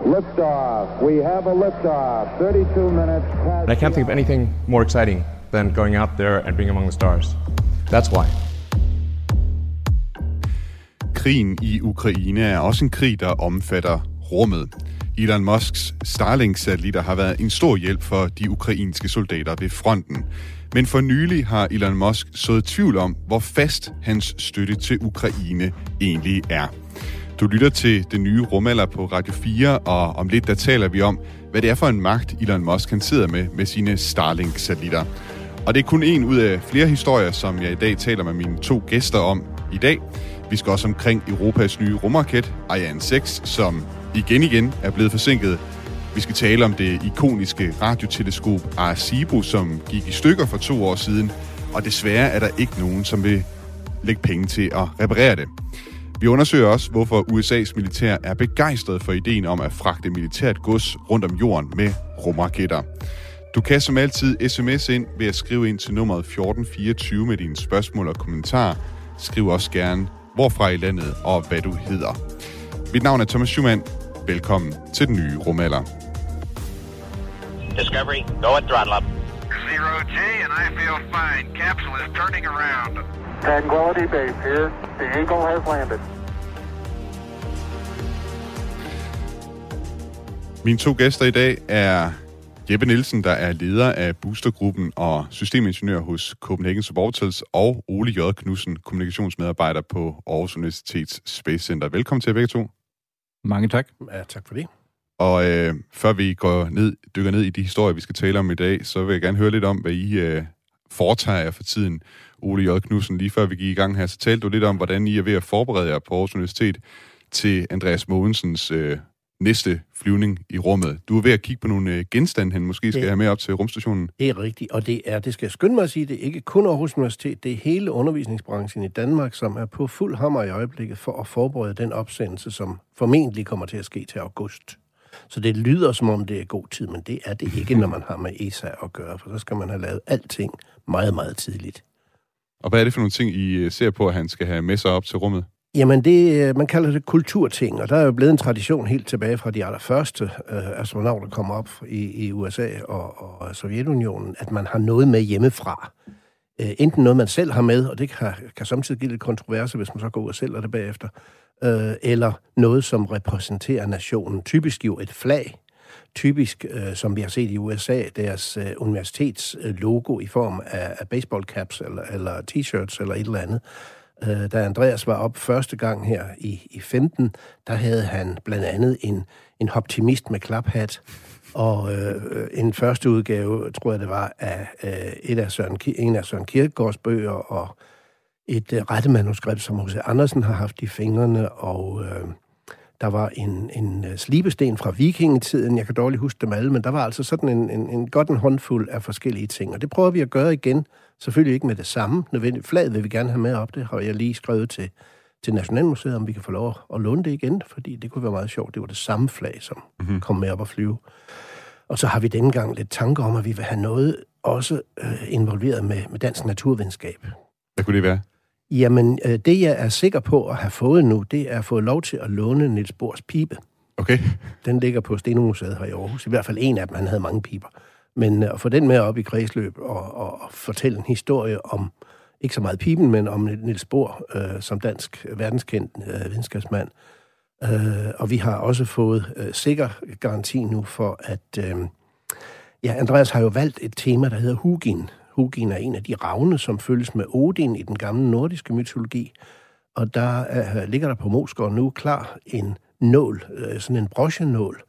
Liftoff. We have a liftoff. 32 minutes past. And I can't think of anything more exciting than going out there and being among the stars. That's why. Krigen i Ukraine er også en krig, der omfatter rummet. Elon Musks Starlink-satellitter har været en stor hjælp for de ukrainske soldater ved fronten. Men for nylig har Elon Musk sået tvivl om, hvor fast hans støtte til Ukraine egentlig er. Du lytter til Den Nye Rumalder på Radio 4, og om lidt der taler vi om, hvad det er for en magt Elon Musk han sidder med sine Starlink-satellitter. Og det er kun en ud af flere historier, som jeg i dag taler med mine to gæster om i dag. Vi skal også omkring Europas nye rumraket, Ariane 6, som igen er blevet forsinket. Vi skal tale om det ikoniske radioteleskop Arecibo, som gik i stykker for 2 år siden, og desværre er der ikke nogen, som vil lægge penge til at reparere det. Vi undersøger også, hvorfor USA's militær er begejstret for ideen om at fragte militært gods rundt om jorden med rumraketter. Du kan som altid sms ind ved at skrive ind til nummeret 1424 med dine spørgsmål og kommentarer. Skriv også gerne, hvorfra i landet og hvad du hedder. Mit navn er Thomas Schumann. Velkommen til Den Nye Rumalder. Discovery, go at throttle up. 0G, and I feel fine. Capsule is turning around. Tranquility Base here. The Eagle has landed. Mine to gæster i dag er Jeppe Nielsen, der er leder af Boostergruppen og systemingeniør hos Copenhagen Suborbitals, og Ole J. Knudsen, kommunikationsmedarbejder på Aarhus Universitets Space Center. Velkommen til begge to. Mange tak. Ja, tak for det. Og før vi dykker ned i de historier, vi skal tale om i dag, så vil jeg gerne høre lidt om, hvad I foretager jer for tiden. Ole J. Knudsen, lige før vi gik i gang her, så talte du lidt om, hvordan I er ved at forberede jer på Aarhus Universitet til Andreas Mogensens næste flyvning i rummet. Du er ved at kigge på nogle genstande, han måske skal have med op til rumstationen. Det er rigtigt, og det skal jeg skynde mig at sige, det er ikke kun Aarhus Universitet, det er hele undervisningsbranchen i Danmark, som er på fuld hammer i øjeblikket for at forberede den opsendelse, som formentlig kommer til at ske til august. Så det lyder, som om det er god tid, men det er det ikke, når man har med ESA at gøre, for så skal man have lavet alting meget, meget tidligt. Og hvad er det for nogle ting, I ser på, at han skal have med sig op til rummet? Jamen, man kalder det kulturting, og der er jo blevet en tradition helt tilbage fra de allerførste astronauter, der kom op i USA og Sovjetunionen, at man har noget med hjemmefra. Enten noget, man selv har med, og det kan samtidig give lidt kontroverse, hvis man så går ud og sælger det bagefter, eller noget, som repræsenterer nationen. Typisk jo et flag. Typisk, som vi har set i USA, deres universitetslogo i form af baseball caps eller t-shirts eller et eller andet. Da Andreas var op første gang her i 15, der havde han blandt andet en optimist med klaphat, og en første udgave, tror jeg det var, af en af Søren Kierkegaards bøger, og et rettemanuskript, som H.C. Andersen har haft i fingrene, og der var en slibesten fra vikingetiden, jeg kan dårligt huske dem alle, men der var altså sådan en håndfuld af forskellige ting, og det prøver vi at gøre igen. Selvfølgelig ikke med det samme. Nødvendigt flaget vil vi gerne have med op. Det har jeg lige skrevet til Nationalmuseet, om vi kan få lov at låne det igen, fordi det kunne være meget sjovt. Det var det samme flag, som kom med op at flyve. Og så har vi denne gang lidt tanker om, at vi vil have noget også involveret med dansk naturvidenskab. Hvad kunne det være? Jamen, det jeg er sikker på at have fået nu, det er at få lov til at låne Niels Bohrs pibe. Okay. Den ligger på Stenumuseet her i Aarhus. I hvert fald en af dem, han havde mange piber. Men at få den med op i kredsløb og fortælle en historie om, ikke så meget piben, men om Niels Bohr som dansk verdenskendt videnskabsmand. Og vi har også fået sikker garanti nu for, at Andreas har jo valgt et tema, der hedder Hugin. Hugin er en af de ravne, som følges med Odin i den gamle nordiske mytologi. Og der ligger der på Moesgaard nu klar en nål, sådan en brochenål,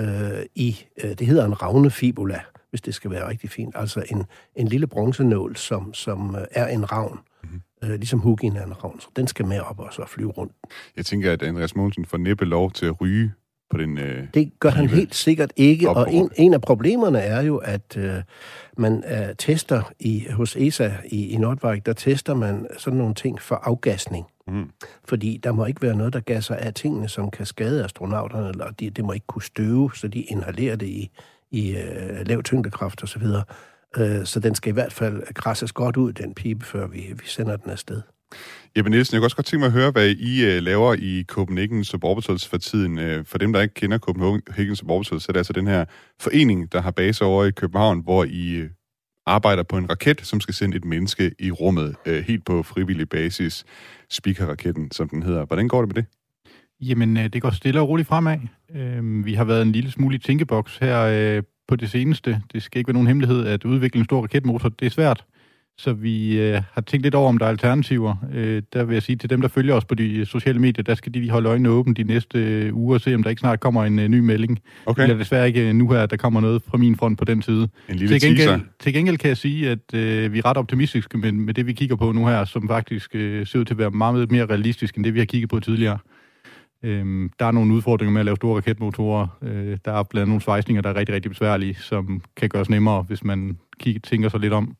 det hedder en ravnefibula, hvis det skal være rigtig fint. Altså en lille bronzenål, som er en ravn. Ligesom Hugin er en ravn, så den skal med op og så flyve rundt. Jeg tænker, at Andreas Mogensen får næppe lov til at ryge på den... Det gør han helt sikkert ikke, og en af problemerne er jo, at man tester hos ESA i Nordvik, der tester man sådan nogle ting for afgasning. Fordi der må ikke være noget, der gasser af tingene, som kan skade astronauterne, eller det må ikke kunne støve, så de inhalerer det i lav tyngdekraft og så videre. Så den skal i hvert fald krasses godt ud, den pibe, før vi sender den afsted. Jeppe Nielsen, jeg kan også godt tænke mig at høre, hvad I laver i Copenhagen Suborbitals for tiden. For dem, der ikke kender Copenhagen Suborbitals, så er det altså den her forening, der har base over i København, hvor I arbejder på en raket, som skal sende et menneske i rummet, helt på frivillig basis. Speaker-raketten, som den hedder. Hvordan går det med det? Jamen, det går stille og roligt fremad. Vi har været en lille smule i tænkeboks her på det seneste. Det skal ikke være nogen hemmelighed, at udvikle en stor raketmotor, det er svært. Så vi har tænkt lidt over, om der er alternativer. Der vil jeg sige til dem, der følger os på de sociale medier, der skal de holde øjnene åbne de næste uger og se, om der ikke snart kommer en ny melding. Okay. Det er desværre ikke nu her, at der kommer noget fra min front på den side. En lille teaser. Til gengæld kan jeg sige, at vi er ret optimistiske med det, vi kigger på nu her, som faktisk ser ud til at være meget mere realistisk, end det, vi har kigget på tidligere. Der er nogle udfordringer med at lave store raketmotorer. Der er blandt nogle svejsninger, der er rigtig, rigtig besværlige, som kan gøres nemmere, hvis man tænker sig lidt om.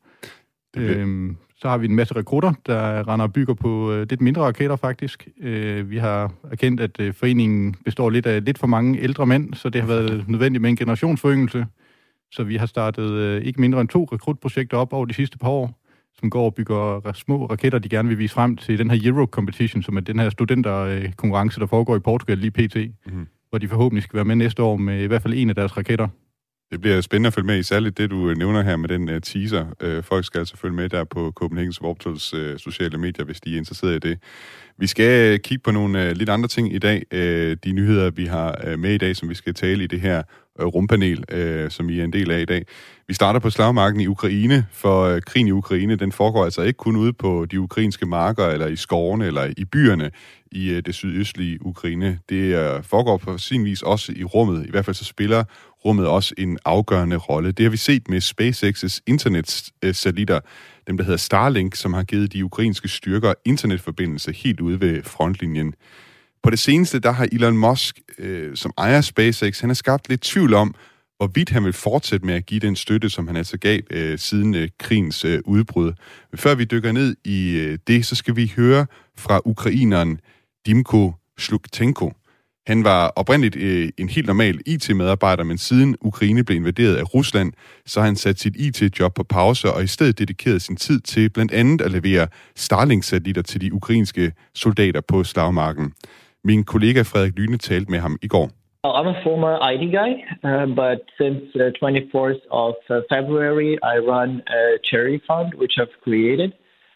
Så har vi en masse rekrutter, der render og bygger på lidt mindre raketter faktisk. Vi har erkendt, at foreningen består lidt af lidt for mange ældre mænd, så det har været nødvendigt med en generationsforyngelse. Så vi har startet ikke mindre end 2 rekrutprojekter op over de sidste par år, som går og bygger små raketter, de gerne vil vise frem til den her Euro Competition, som er den her studenterkonkurrence, der foregår i Portugal lige pt., hvor de forhåbentlig skal være med næste år med i hvert fald en af deres raketter. Det bliver spændende at følge med i, særligt det, du nævner her med den teaser. Folk skal altså følge med der på Copenhagen Suborbitals sociale medier, hvis de er interesseret i det. Vi skal kigge på nogle lidt andre ting i dag. De nyheder, vi har med i dag, som vi skal tale i det her rumpanel, som I er en del af i dag. Vi starter på slagmarken i Ukraine, for krigen i Ukraine, den foregår altså ikke kun ude på de ukrainske marker, eller i skovene, eller i byerne i det sydøstlige Ukraine. Det foregår på sin vis også i rummet. I hvert fald så spiller rummet også en afgørende rolle. Det har vi set med SpaceX's internetsatellitter, dem der hedder Starlink, som har givet de ukrainske styrker internetforbindelse helt ude ved frontlinjen. På det seneste, der har Elon Musk, som ejer SpaceX, han har skabt lidt tvivl om, hvorvidt han vil fortsætte med at give den støtte, som han altså gav siden krigens udbrud. Men før vi dykker ned i det, så skal vi høre fra ukraineren Dimko Sluktenko. Han var oprindeligt en helt normal IT-medarbejder, men siden Ukraine blev invaderet af Rusland, så har han sat sit IT-job på pause og i stedet dedikeret sin tid til blandt andet at levere Starlink-satellitter til de ukrainske soldater på slagmarken. Min kollega Frederik Lyne talte med ham i går. I'm a former IT guy, but since 24th of February, I run a charity fund, which I've created.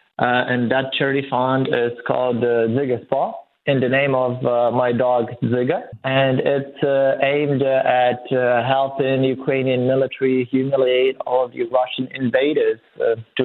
And that charity fund is called Zyga Spa, in the name of my dog Zyga. And it's aimed at helping the Ukrainian military humiliate all of the Russian invaders to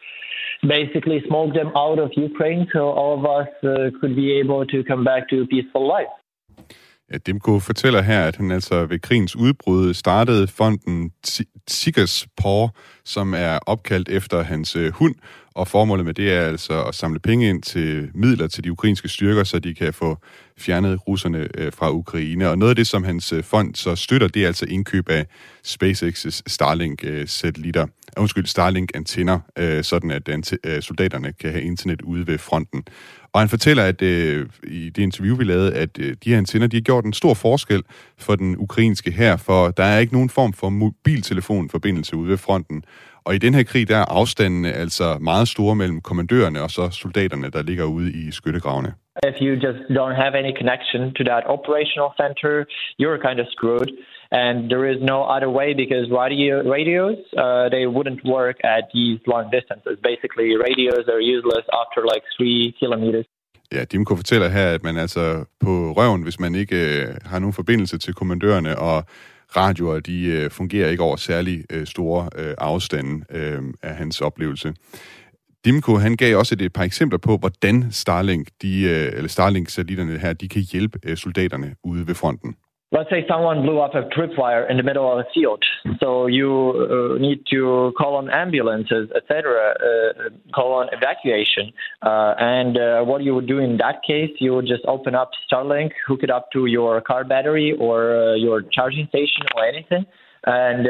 basically smoke them out of Ukraine so all of us could be able to come back to a peaceful life. Ja, Dimko fortæller her, at han altså ved krigens udbrud startede fonden Zygas Paw, som er opkaldt efter hans hund, og formålet med det er altså at samle penge ind til midler til de ukrainske styrker, så de kan få fjernet russerne fra Ukraine. Og noget af det, som hans fond så støtter, det er altså indkøb af SpaceX's Starlink-satellitter. Starlink-antenner, sådan at soldaterne kan have internet ude ved fronten. Og han fortæller, at i det interview, vi lavede, at de her antenner, de har gjort en stor forskel for den ukrainske hær, for der er ikke nogen form for mobiltelefonforbindelse ude ved fronten. Og i den her krig, der er afstandene altså meget store mellem kommandørerne og så soldaterne, der ligger ude i skyttegravene. If you just don't have any connection to that operational center, you're kind of screwed. And there is no other way because radios, they wouldn't work at these long distances. Basically, radios are useless after like 3 kilometers. Ja, Dimko fortæller her, at man altså på røven, hvis man ikke har nogen forbindelse til kommandørerne, og radioer, de fungerer ikke over særlig store afstande af hans oplevelse. Dimko, han gav også et par eksempler på, hvordan Starlink-satellitterne her, de kan hjælpe soldaterne ude ved fronten. Let's say someone blew up a tripwire in the middle of a field. So you need to call on ambulances, etc., call on evacuation. And what you would do in that case, you would just open up Starlink, hook it up to your car battery or your charging station or anything, and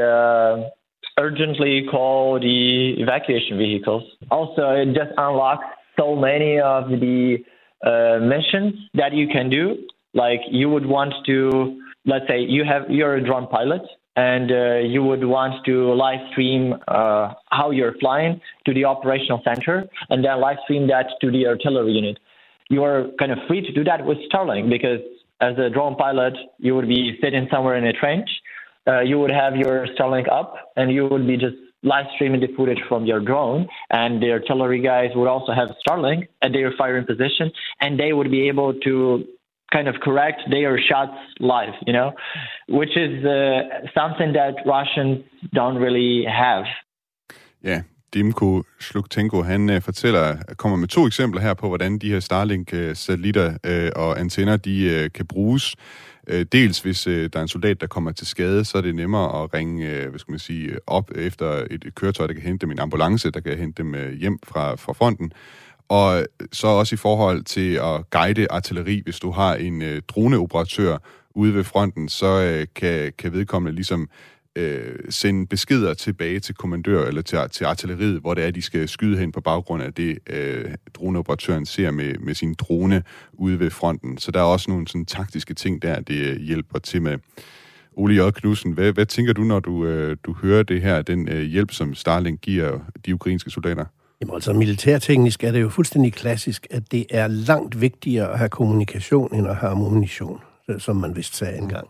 urgently call the evacuation vehicles. Also, it just unlocks so many of the missions that you can do. Like you would want to, let's say you're a drone pilot and you would want to live stream how you're flying to the operational center, and then live stream that to the artillery unit. You are kind of free to do that with Starlink because as a drone pilot, you would be sitting somewhere in a trench. You would have your Starlink up, and you would be just live streaming the footage from your drone. And the artillery guys would also have Starlink at their firing position, and they would be able to kind of correct their shots live, which is something that Russians don't really have. Ja, Dimko Sluktenko, han kommer med 2 eksempler her på, hvordan de her Starlink-satellitter og antenner, de kan bruges. Dels hvis der er en soldat, der kommer til skade, så er det nemmere at ringe op efter et køretøj, der kan hente dem, en ambulance, der kan hente dem hjem fra fronten. Og så også i forhold til at guide artilleri, hvis du har en droneoperatør ude ved fronten, så kan vedkommende ligesom sende beskeder tilbage til kommandør eller til artilleriet, hvor det er, de skal skyde hen på baggrund af det, droneoperatøren ser med sin drone ude ved fronten. Så der er også nogle sådan taktiske ting der, det hjælper til med. Ole J. Knudsen, hvad tænker du, når du hører det her, den hjælp, som Starlink giver de ukrainske soldater? Jamen altså, militærteknisk er det jo fuldstændig klassisk, at det er langt vigtigere at have kommunikation, end at have ammunition, som man vist sagde engang.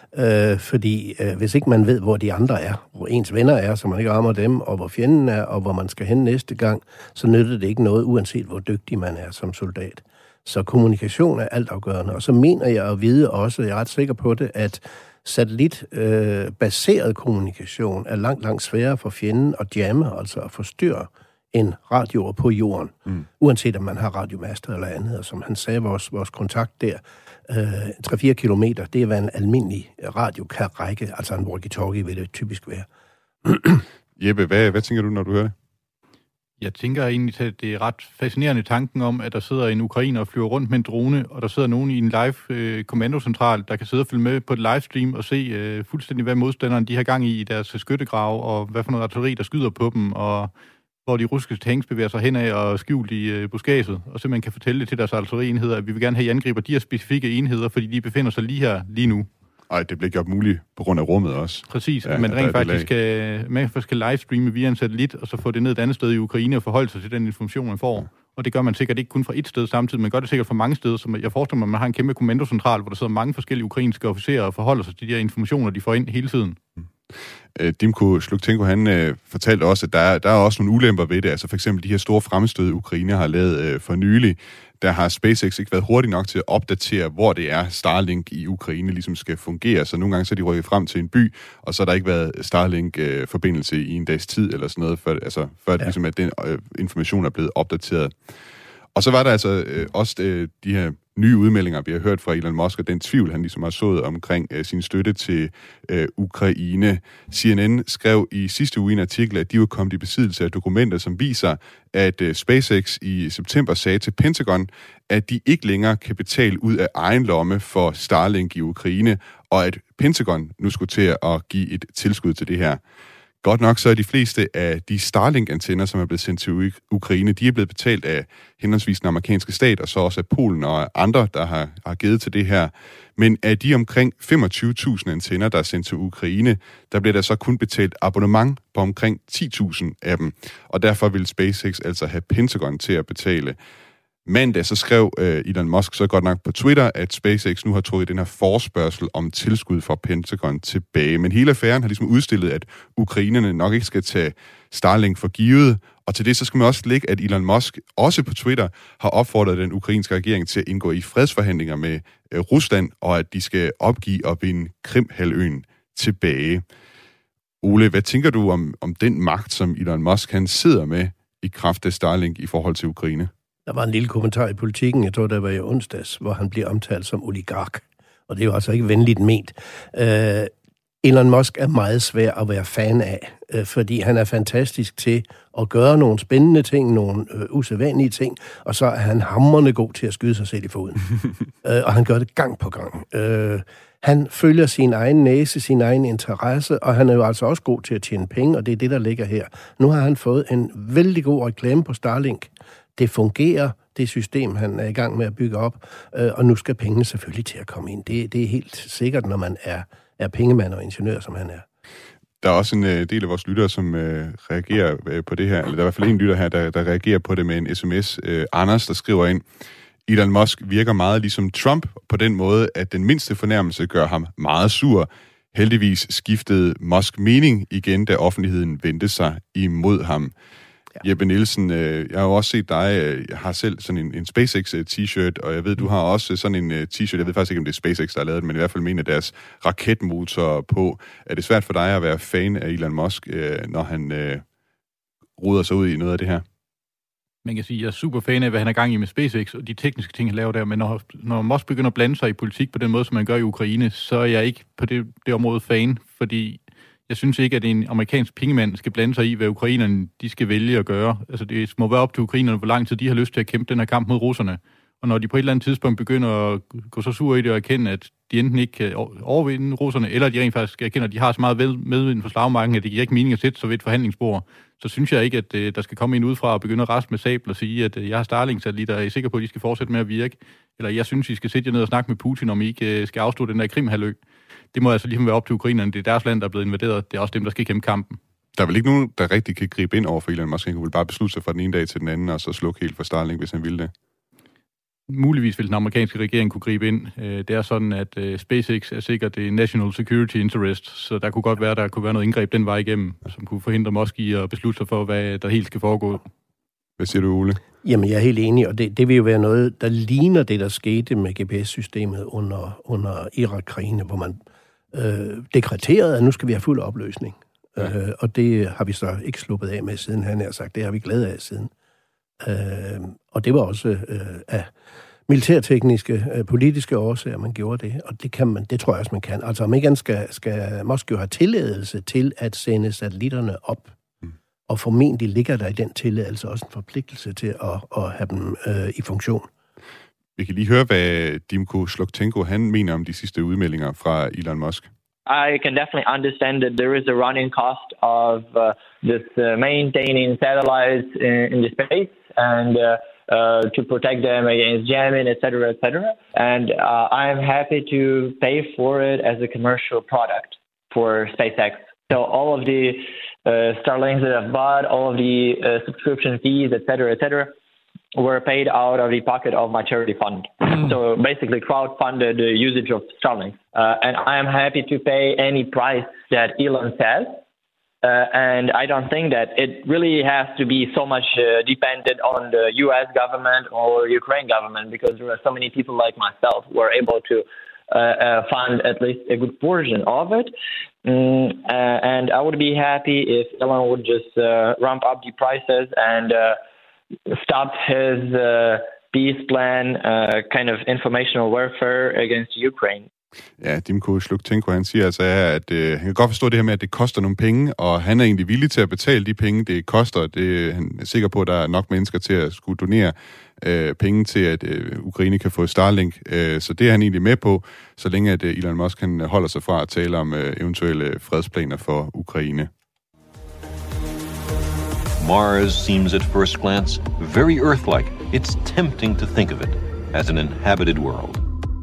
Fordi hvis ikke man ved, hvor de andre er, hvor ens venner er, så man ikke rammer dem, og hvor fjenden er, og hvor man skal hen næste gang, så nytter det ikke noget, uanset hvor dygtig man er som soldat. Så kommunikation er altafgørende. Og så mener jeg at vide også, jeg er ret sikker på det, at satellitbaseret kommunikation er langt sværere for fjenden at jamme, altså at forstyrre, end radioer på jorden. Uanset om man har radiomaster eller andet. Og som han sagde, vores kontakt der, 3-4 kilometer, det er, hvad en almindelig radio kan række. Altså en walkie-talkie vil det typisk være. Jeppe, hvad tænker du, når du hører det? Jeg tænker egentlig, at det er ret fascinerende tanken om, at der sidder en ukrainer og flyver rundt med en drone, og der sidder nogen i en live kommandocentral, der kan sidde og følge med på et livestream og se fuldstændig, hvad modstanderne de har gang i deres skyttegrave, og hvad for noget artilleri, der skyder på dem, og hvor de russiske tanks bevæger sig henad og skjult i buskaget, og simpelthen kan fortælle det til deres artillerienheder, at vi vil gerne have, at I angriber de her specifikke enheder, fordi de befinder sig lige nu. Ej, det bliver gjort muligt på grund af rummet også. Præcis, ja, man rent faktisk kan livestreame via en satellit, og så få det ned et andet sted i Ukraine og forholde sig til den information, man får. Og det gør man sikkert ikke kun fra et sted samtidig, men gør det sikkert fra mange steder. Så jeg forestiller mig, at man har en kæmpe kommandocentral, hvor der sidder mange forskellige ukrainske officerer og forholder sig til de her informationer, de får ind hele tiden. Dimko Sluktenko, han fortalte også, at der er også nogle ulemper ved det. Altså for eksempel de her store fremstød, Ukraine har lavet for nylig. Der har SpaceX ikke været hurtigt nok til at opdatere, hvor det er Starlink i Ukraine ligesom skal fungere. Så nogle gange så er de rykket frem til en by, og så har der ikke været Starlink-forbindelse i en dags tid eller sådan noget, før ligesom, at den information er blevet opdateret. Og så var der altså også de her nye udmeldinger, vi har hørt fra Elon Musk, og den tvivl, han ligesom har sået omkring sin støtte til Ukraine. CNN skrev i sidste uge en artikel, at de var kommet i besiddelse af dokumenter, som viser, at SpaceX i september sagde til Pentagon, at de ikke længere kan betale ud af egen lomme for Starlink i Ukraine, og at Pentagon nu skulle til at give et tilskud til det her. Godt nok så er de fleste af de Starlink-antenner, som er blevet sendt til Ukraine, de er blevet betalt af henholdsvis den amerikanske stat, og så også af Polen og andre, der har givet til det her. Men af de omkring 25.000 antenner, der er sendt til Ukraine, der bliver der så kun betalt abonnement på omkring 10.000 af dem. Og derfor vil SpaceX altså have Pentagon til at betale. Mandag så skrev Elon Musk så godt nok på Twitter, at SpaceX nu har trukket den her forespørgsel om tilskud fra Pentagon tilbage. Men hele affæren har ligesom udstillet, at ukrainerne nok ikke skal tage Starlink for givet. Og til det så skal man også lægge, at Elon Musk også på Twitter har opfordret den ukrainske regering til at indgå i fredsforhandlinger med Rusland, og at de skal opgive og vinde Krimhalvøen tilbage. Ole, hvad tænker du om den magt, som Elon Musk han sidder med i kraft af Starlink i forhold til Ukraine? Der var en lille kommentar i Politikken, jeg tror, der var i onsdags, hvor han bliver omtalt som oligark. Og det er jo altså ikke venligt ment. Elon Musk er meget svær at være fan af, fordi han er fantastisk til at gøre nogle spændende ting, nogle usædvanlige ting, og så er han hamrende god til at skyde sig selv i foden. Og han gør det gang på gang. Han følger sin egen næse, sin egen interesse, og han er jo altså også god til at tjene penge, og det er det, der ligger her. Nu har han fået en vældig god reklame på Starlink. Det fungerer, det system, han er i gang med at bygge op, og nu skal pengene selvfølgelig til at komme ind. Det er helt sikkert, når man er pengemand og ingeniør, som han er. Der er også en del af vores lyttere, som reagerer på det her, eller der er i hvert fald en lytter her, der reagerer på det med en sms. Anders, der skriver ind, Elon Musk virker meget ligesom Trump på den måde, at den mindste fornærmelse gør ham meget sur. Heldigvis skiftede Musk mening igen, da offentligheden vendte sig imod ham. Ja. Jeppe Nielsen, jeg har jo også set dig, jeg har selv sådan en SpaceX t-shirt, og jeg ved, du har også sådan en t-shirt, jeg ved faktisk ikke, om det er SpaceX, der har lavet den, men i hvert fald mener deres raketmotor på. Er det svært for dig at være fan af Elon Musk, når han ruder sig ud i noget af det her? Man kan sige, at jeg er super fan af, hvad han er gang i med SpaceX, og de tekniske ting, han laver der, men når Musk begynder at blande sig i politik på den måde, som man gør i Ukraine, så er jeg ikke på det område fan, fordi jeg synes ikke, at en amerikansk pengemand skal blande sig i, hvad ukrainerne de skal vælge at gøre. Altså det må være op til ukrainerne, hvor lang tid de har lyst til at kæmpe den her kamp mod russerne. Og når de på et eller andet tidspunkt begynder at gå så sur i det og erkende, at de enten ikke kan overvinde russerne, eller de rent faktisk erkender, at de har så meget medvind for slagmarken, at det giver ikke mening at sætte sig ved et forhandlingsbord, så synes jeg ikke, at der skal komme en udefra og begynde at raste med sabel og sige, at jeg har Starlink-satellitter, og jeg er sikker på, at de skal fortsætte med at virke. Eller jeg synes, I skal sætte jer ned og snakke med Putin, om I ikke skal afstå den der Krim-halvø. Det må altså ligesom være op til ukrainerne. Det er deres land, der er blevet invaderet. Det er også dem, der skal kæmpe kampen. Der er vel ikke nogen, der rigtig kan gribe ind over for Elon Musk. Han kunne vel bare beslutte sig fra den ene dag til den anden, og så slukke helt for Starlink, hvis han ville det? Muligvis vil den amerikanske regering kunne gribe ind. Det er sådan, at SpaceX er sikkert det National Security Interest, så der kunne godt være, der kunne være noget indgreb den vej igennem, som kunne forhindre Musk i at beslutte sig for, hvad der helt skal foregå. Hvad siger du, Ole? Jamen, jeg er helt enig, og det vil jo være noget, der ligner det, der skete med GPS-systemet under Irak-krigene, hvor man dekreterede, at nu skal vi have fuld opløsning. Ja. Og det har vi så ikke sluppet af med siden, han har sagt. Det har vi glædet af siden. Og det var også af militærtekniske, politiske årsager, man gjorde det. Og det kan man, det tror jeg også, man kan. Altså, om ikke andet skal måske jo have tilladelse til at sende satellitterne op. Og formentlig ligger der i den tilladelse også en forpligtelse til at have dem i funktion. Vi kan lige høre, hvad Dimko Sluktenko han mener om de sidste udmeldinger fra Elon Musk. I can definitely understand that there is a running cost of just maintaining satellites in the space and to protect them against jamming, etc., etc. And I'm happy to pay for it as a commercial product for SpaceX. So all of the Starlinks that I've bought, all of the subscription fees, etc., etc., were paid out of the pocket of my charity fund. So basically crowd-funded usage of Starlink. And I am happy to pay any price that Elon says. And I don't think that it really has to be so much dependent on the US government or Ukraine government, because there are so many people like myself who are able to fund at least a good portion of it. And I would be happy if Elon would just ramp up the prices and stop his peace plan, kind of informational warfare against Ukraine. Ja, Dimko Sluktenko, han siger altså, at han kan godt forstå det her med, at det koster nogle penge, og han er egentlig villig til at betale de penge, det koster. Han er sikker på, at der er nok mennesker til at skulle donere penge til, at Ukraine kan få Starlink. Så det er han egentlig med på, så længe at Elon Musk han holder sig fra at tale om eventuelle fredsplaner for Ukraine. Mars seems at first glance very Earth-like. It's tempting to think of it as an inhabited world.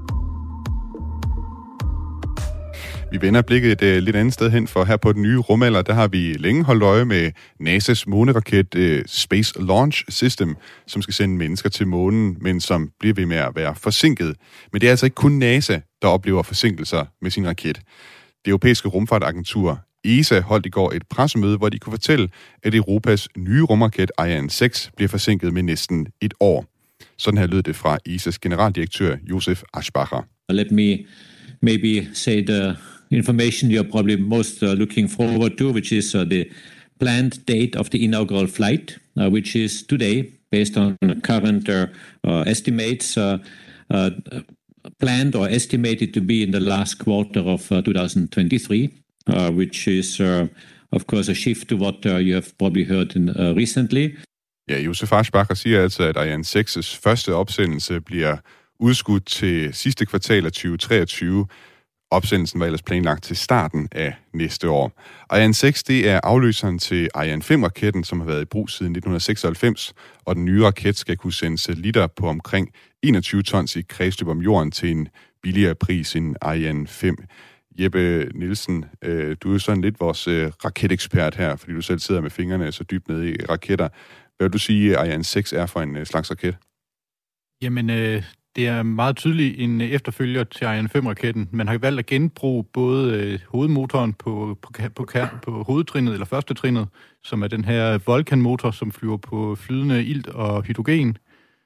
Vi vender blikket et lidt andet sted hen, for her på den nye rumalder, der har vi længe holdt øje med NASA's måneraket Space Launch System, som skal sende mennesker til månen, men som bliver ved med at være forsinket. Men det er altså ikke kun NASA, der oplever forsinkelser med sin raket. Det europæiske rumfartagentur ESA holdt i går et pressemøde, hvor de kunne fortælle, at Europas nye rumraket Ariane 6 bliver forsinket med næsten et år. Sådan her lød det fra ESA's generaldirektør Josef Aschbacher. Let me maybe say the information you're probably most looking forward to, which is the planned date of the inaugural flight, which is today, based on current estimates, planned or estimated to be in the last quarter of 2023, which is, of course, a shift to what you have probably heard recently. Ja, Josef Aschbacher siger altså, at Ariane 6's første opsendelse bliver udskudt til sidste kvartal af 2023. Opsendelsen var ellers planlagt til starten af næste år. Ariane 6, det er afløseren til Ariane 5-raketten, som har været i brug siden 1996, og den nye raket skal kunne sende satellitter på omkring 21 tons i kredsløb om jorden til en billigere pris end Ariane 5. Jeppe Nielsen, du er jo sådan lidt vores raketekspert her, fordi du selv sidder med fingrene så dybt nede i raketter. Hvad vil du sige, Ariane 6 er for en slags raket? Jamen, det er meget tydeligt en efterfølger til Ariane 5-raketten. Man har valgt at genbruge både hovedmotoren på hovedtrinnet, eller første trinnet, som er den her Vulcan-motor, som flyver på flydende ilt og hydrogen.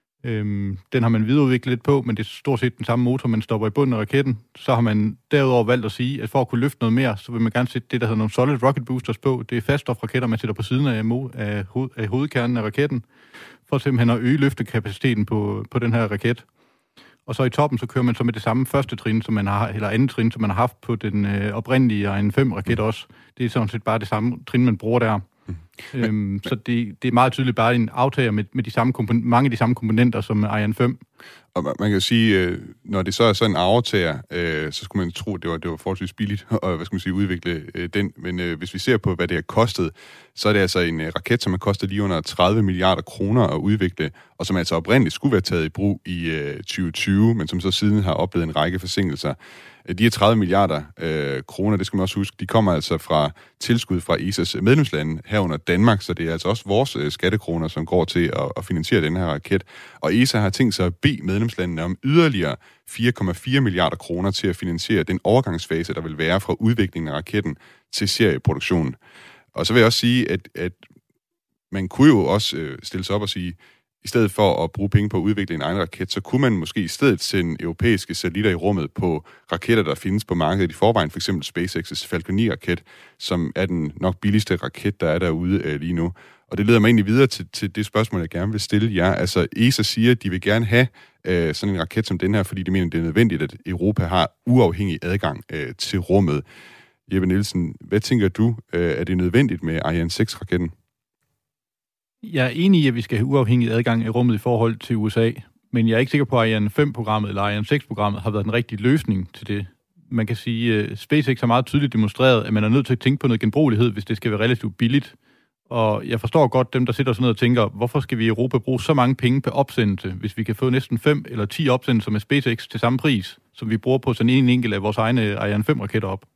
Den har man videreudviklet lidt på, men det er stort set den samme motor, man stopper i bunden af raketten. Så har man derudover valgt at sige, at for at kunne løfte noget mere, så vil man gerne sætte det, der hedder nogle solid rocket boosters på. Det er faststofraketter, man sætter på siden af hovedkernen af raketten, for simpelthen at øge løftekapaciteten på den her raket. Og så i toppen, så kører man så med det samme første trin, som man har, eller andet trin, som man har haft på den oprindelige Ariane 5-raket også. Det er sådan set bare det samme trin, man bruger der. Så det er meget tydeligt bare en aftager med de samme mange af de samme komponenter som Ariane 5. Og man kan jo sige, når det så er sådan en aftager, så skulle man tro, at det var forholdsvis billigt at udvikle den. Men hvis vi ser på, hvad det har kostet, så er det altså en raket, som har kostet lige under 30 milliarder kroner at udvikle, og som altså oprindeligt skulle være taget i brug i 2020, men som så siden har oplevet en række forsinkelser. De her 30 milliarder kroner, det skal man også huske, de kommer altså fra tilskud fra ESA's medlemslande herunder Danmark, så det er altså også vores skattekroner, som går til at finansiere den her raket. Og ESA har tænkt sig at bede medlemslandene om yderligere 4,4 milliarder kroner til at finansiere den overgangsfase, der vil være fra udviklingen af raketten til serieproduktionen. Og så vil jeg også sige, at man kunne jo også stille sig op og sige, i stedet for at bruge penge på at udvikle en egen raket, så kunne man måske i stedet sende europæiske satellitter i rummet på raketter, der findes på markedet i forvejen, f.eks. SpaceX's Falcon 9-raket, som er den nok billigste raket, der er derude lige nu. Og det leder mig egentlig videre til det spørgsmål, jeg gerne vil stille jer. Altså, ESA siger, at de vil gerne have sådan en raket som den her, fordi de mener, det er nødvendigt, at Europa har uafhængig adgang til rummet. Jeppe Nielsen, hvad tænker du? Er det nødvendigt med Ariane 6-raketten? Jeg er enig i, at vi skal have uafhængig adgang i rummet i forhold til USA, men jeg er ikke sikker på, at Ariane 5-programmet eller Ariane 6-programmet har været den rigtige løsning til det. Man kan sige, at SpaceX har meget tydeligt demonstreret, at man er nødt til at tænke på noget genbrugelighed, hvis det skal være relativt billigt. Og jeg forstår godt dem, der sidder sådan noget og tænker, hvorfor skal vi i Europa bruge så mange penge per opsendelse, hvis vi kan få næsten 5 eller 10 opsendelser med SpaceX til samme pris, som vi bruger på sådan en enkelt af vores egne Ariane 5-raketter op.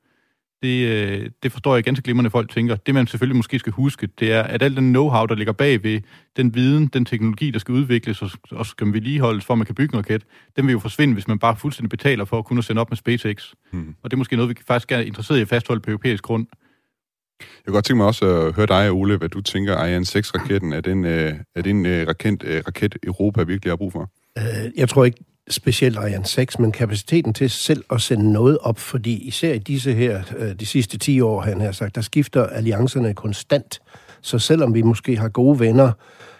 Det forstår jeg ganske glimrende, folk tænker. Det, man selvfølgelig måske skal huske, det er, at al den know-how, der ligger bag ved den viden, den teknologi, der skal udvikles og skal vedligeholdes, for at man kan bygge en raket, den vil jo forsvinde, hvis man bare fuldstændig betaler for at kunne sende op med SpaceX. Og det er måske noget, vi faktisk er interesseret i at fastholde på europæisk grund. Jeg kunne godt tænke mig også at høre dig, Ole, hvad du tænker, Ariane 6-raketten, er det en raket Europa virkelig har brug for? Jeg tror ikke specielt Ariane 6, men kapaciteten til selv at sende noget op, fordi især i disse her, de sidste 10 år, han har sagt, der skifter alliancerne konstant. Så selvom vi måske har gode venner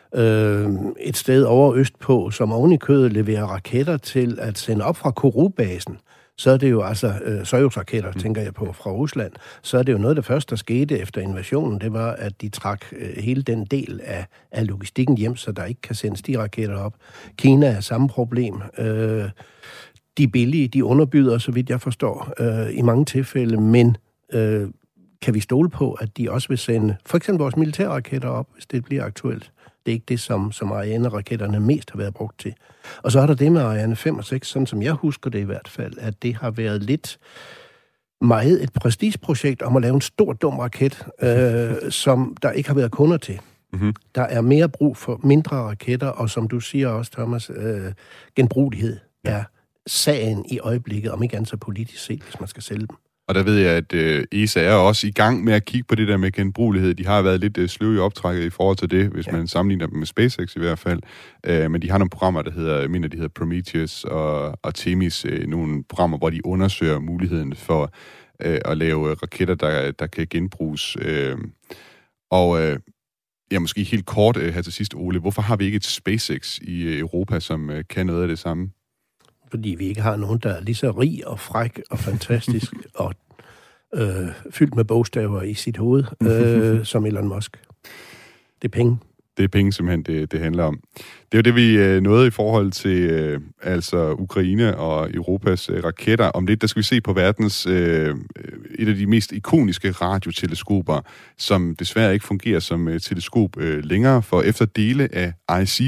et sted over østpå, som oven i kødet leverer raketter til at sende op fra Kourou-basen, så er det jo altså Soyuz-raketter, tænker jeg på, fra Rusland, så er det jo noget af det første, der skete efter invasionen, det var, at de trak hele den del af logistikken hjem, så der ikke kan sendes de raketter op. Kina er samme problem. De billige, de underbyder, så vidt jeg forstår, i mange tilfælde, men kan vi stole på, at de også vil sende for eksempel vores militærraketter op, hvis det bliver aktuelt? Det er ikke det, som Ariane-raketterne mest har været brugt til. Og så er der det med Ariane 5 og 6, sådan som jeg husker det i hvert fald, at det har været lidt meget et prestigeprojekt om at lave en stor, dum raket, som der ikke har været kunder til. Mm-hmm. Der er mere brug for mindre raketter, og som du siger også, Thomas, genbrugelighed er sagen i øjeblikket, om ikke andet så politisk set, hvis man skal sælge dem. Og der ved jeg, at ESA er også i gang med at kigge på det der med genbrugelighed. De har været lidt sløve i optrækket i forhold til det, hvis man sammenligner dem med SpaceX i hvert fald. Men de har nogle programmer, der hedder Prometheus og Artemis. Nogle programmer, hvor de undersøger muligheden for at lave raketter, der kan genbruges. Måske helt kort her til sidst, Ole. Hvorfor har vi ikke et SpaceX i Europa, som kan noget af det samme? Fordi vi ikke har nogen, der er lige så rig og fræk og fantastisk og fyldt med bogstaver i sit hoved, som Elon Musk. Det er penge. Det er penge, simpelthen, det handler om. Det er jo det, vi nåede i forhold til Ukraine og Europas raketter. Om lidt, der skal vi se på verdens et af de mest ikoniske radioteleskoper, som desværre ikke fungerer som teleskop længere, for efter dele af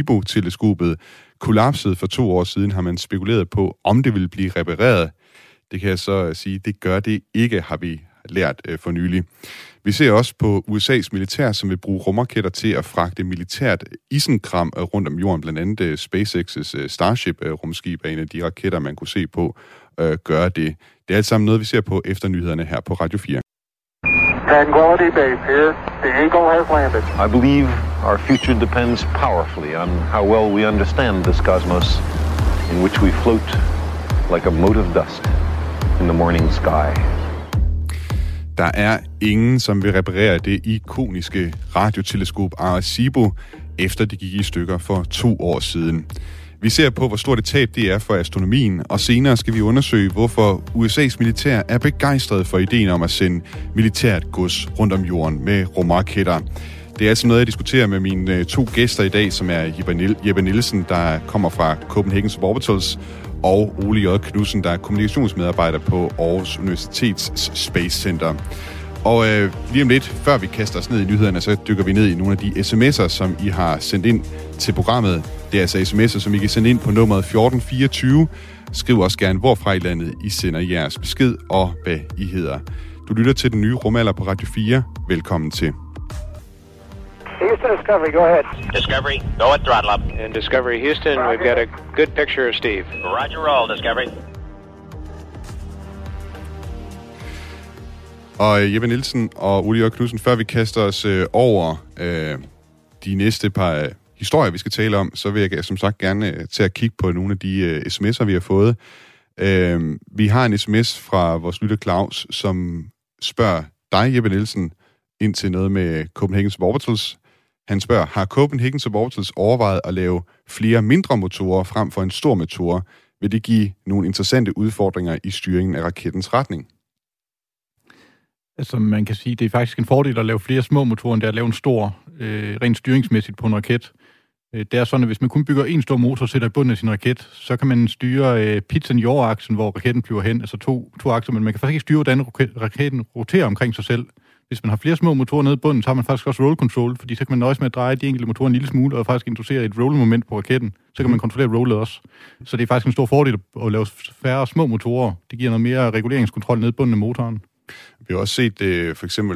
Arecibo-teleskopet kollapsede for 2 år siden, har man spekuleret på, om det ville blive repareret. Det kan jeg så sige, det gør det ikke, har vi lært for nylig. Vi ser også på USA's militær, som vil bruge rumraketter til at fragte militært isenkram rundt om jorden. Blandt andet SpaceX's Starship-rumskib er en af de raketter, man kunne se på gøre det. Det er alt sammen noget, vi ser på efter nyhederne her på Radio 4. Tranquility Base here. The Eagle has landed. I believe our future depends powerfully on how well we understand this cosmos in which we float like a mote of dust in the morning sky. Der er ingen, som vil reparere det ikoniske radioteleskop Arecibo, efter det gik i stykker for 2 år siden. Vi ser på, hvor stort et tab det er for astronomien, og senere skal vi undersøge, hvorfor USA's militær er begejstret for ideen om at sende militært gods rundt om jorden med rumraketter. Det er altså noget, jeg diskuterer med mine 2 gæster i dag, som er Jeppe Nielsen, der kommer fra Copenhagen Suborbitals, og Ole J. Knudsen, der er kommunikationsmedarbejder på Aarhus Universitets Space Center. Og lige om lidt, før vi kaster os ned i nyhederne, så dykker vi ned i nogle af de sms'er, som I har sendt ind til programmet. Det er altså sms'er, som I kan sende ind på nummeret 1424. Skriv også gerne, hvorfra i landet I sender jeres besked, og hvad I hedder. Du lytter til den nye rumalder på Radio 4. Velkommen til. Houston Discovery, go ahead. Discovery, go at throttle up. And Discovery Houston, we've got a good picture of Steve. Roger, roll, Discovery. Og Jeppe Nielsen og Ole J. Knudsen, før vi kaster os over de næste par historier, vi skal tale om, så vil jeg som sagt gerne til at kigge på nogle af de sms'er, vi har fået. Vi har en sms fra vores lytter Claus, som spørger dig, Jeppe Nielsen, ind til noget med Copenhagen Suborbitals. Han spørger, har Copenhagen Suborbitals overvejet at lave flere mindre motorer frem for en stor motor? Vil det give nogle interessante udfordringer i styringen af rakettens retning? Altså, man kan sige, det er faktisk en fordel at lave flere små motorer, end det at lave en stor, rent styringsmæssigt på en raket. Det er sådan, at hvis man kun bygger en stor motor og sætter i bunden af sin raket, så kan man styre pitch and yaw-aksen, hvor raketten flyver hen, altså to akser, men man kan faktisk ikke styre, hvordan raketten roterer omkring sig selv. Hvis man har flere små motorer nede i bunden, så har man faktisk også roll control, fordi så kan man nøjes med at dreje de enkelte motorer en lille smule, og faktisk introducere et roll-moment på raketten. Så kan man kontrollere rollet også. Så det er faktisk en stor fordel at lave færre små motorer. Det giver noget mere reguleringskontrol nede i bunden af motoren. Vi har også set det for eksempel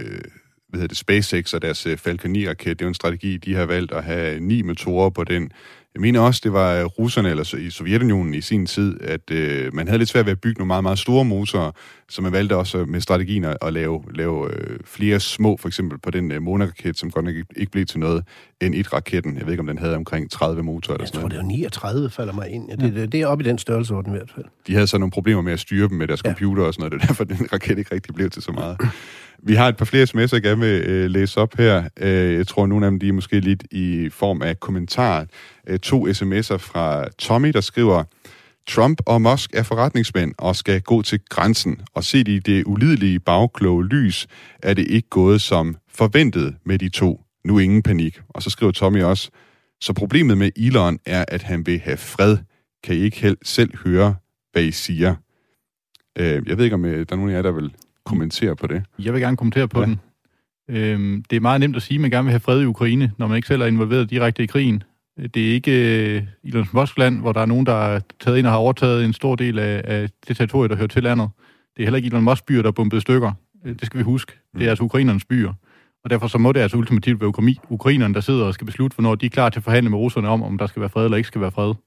med SpaceX og deres Falcon 9-raket. Det er jo en strategi, de har valgt at have 9 motorer på den. Jeg mener også, det var russerne eller i Sovjetunionen i sin tid, at man havde lidt svært ved at bygge nogle meget, meget store motorer, så man valgte også med strategien at lave flere små, for eksempel på den måneraket, som godt nok ikke blev til noget, N1-raketten. Jeg ved ikke, om den havde omkring 30 motorer eller sådan noget. Jeg tror, det var 39, falder mig ind. Ja, det er oppe i den størrelsesorden i hvert fald. De havde så nogle problemer med at styre dem med deres computer og sådan noget. Det er derfor, den raket ikke rigtig blev til så meget. Vi har et par flere sms'er, jeg gerne vil læse op her. Jeg tror, nogle af dem de er måske lidt i form af kommentarer. 2 sms'er fra Tommy, der skriver, Trump og Musk er forretningsmænd og skal gå til grænsen. Og set i det ulidelige bagkloge lys, er det ikke gået som forventet med de to. Nu ingen panik. Og så skriver Tommy også, så problemet med Elon er, at han vil have fred. Kan I ikke selv høre, hvad I siger? Jeg ved ikke, om der er nogen af jer, der vil kommentere på det. Jeg vil gerne kommentere på den. Det er meget nemt at sige, at man gerne vil have fred i Ukraine, når man ikke selv er involveret direkte i krigen. Det er ikke Elon Musk land, hvor der er nogen, der er taget ind og har overtaget en stor del af det territorie, der hører til landet. Det er heller ikke Elon Musk byer, der er bombet stykker. Det skal vi huske. Det er altså ukrainernes byer. Og derfor så må det altså ultimativt være ukrainerne, der sidder og skal beslutte, hvornår de er klar til at forhandle med russerne om der skal være fred eller ikke skal være fred.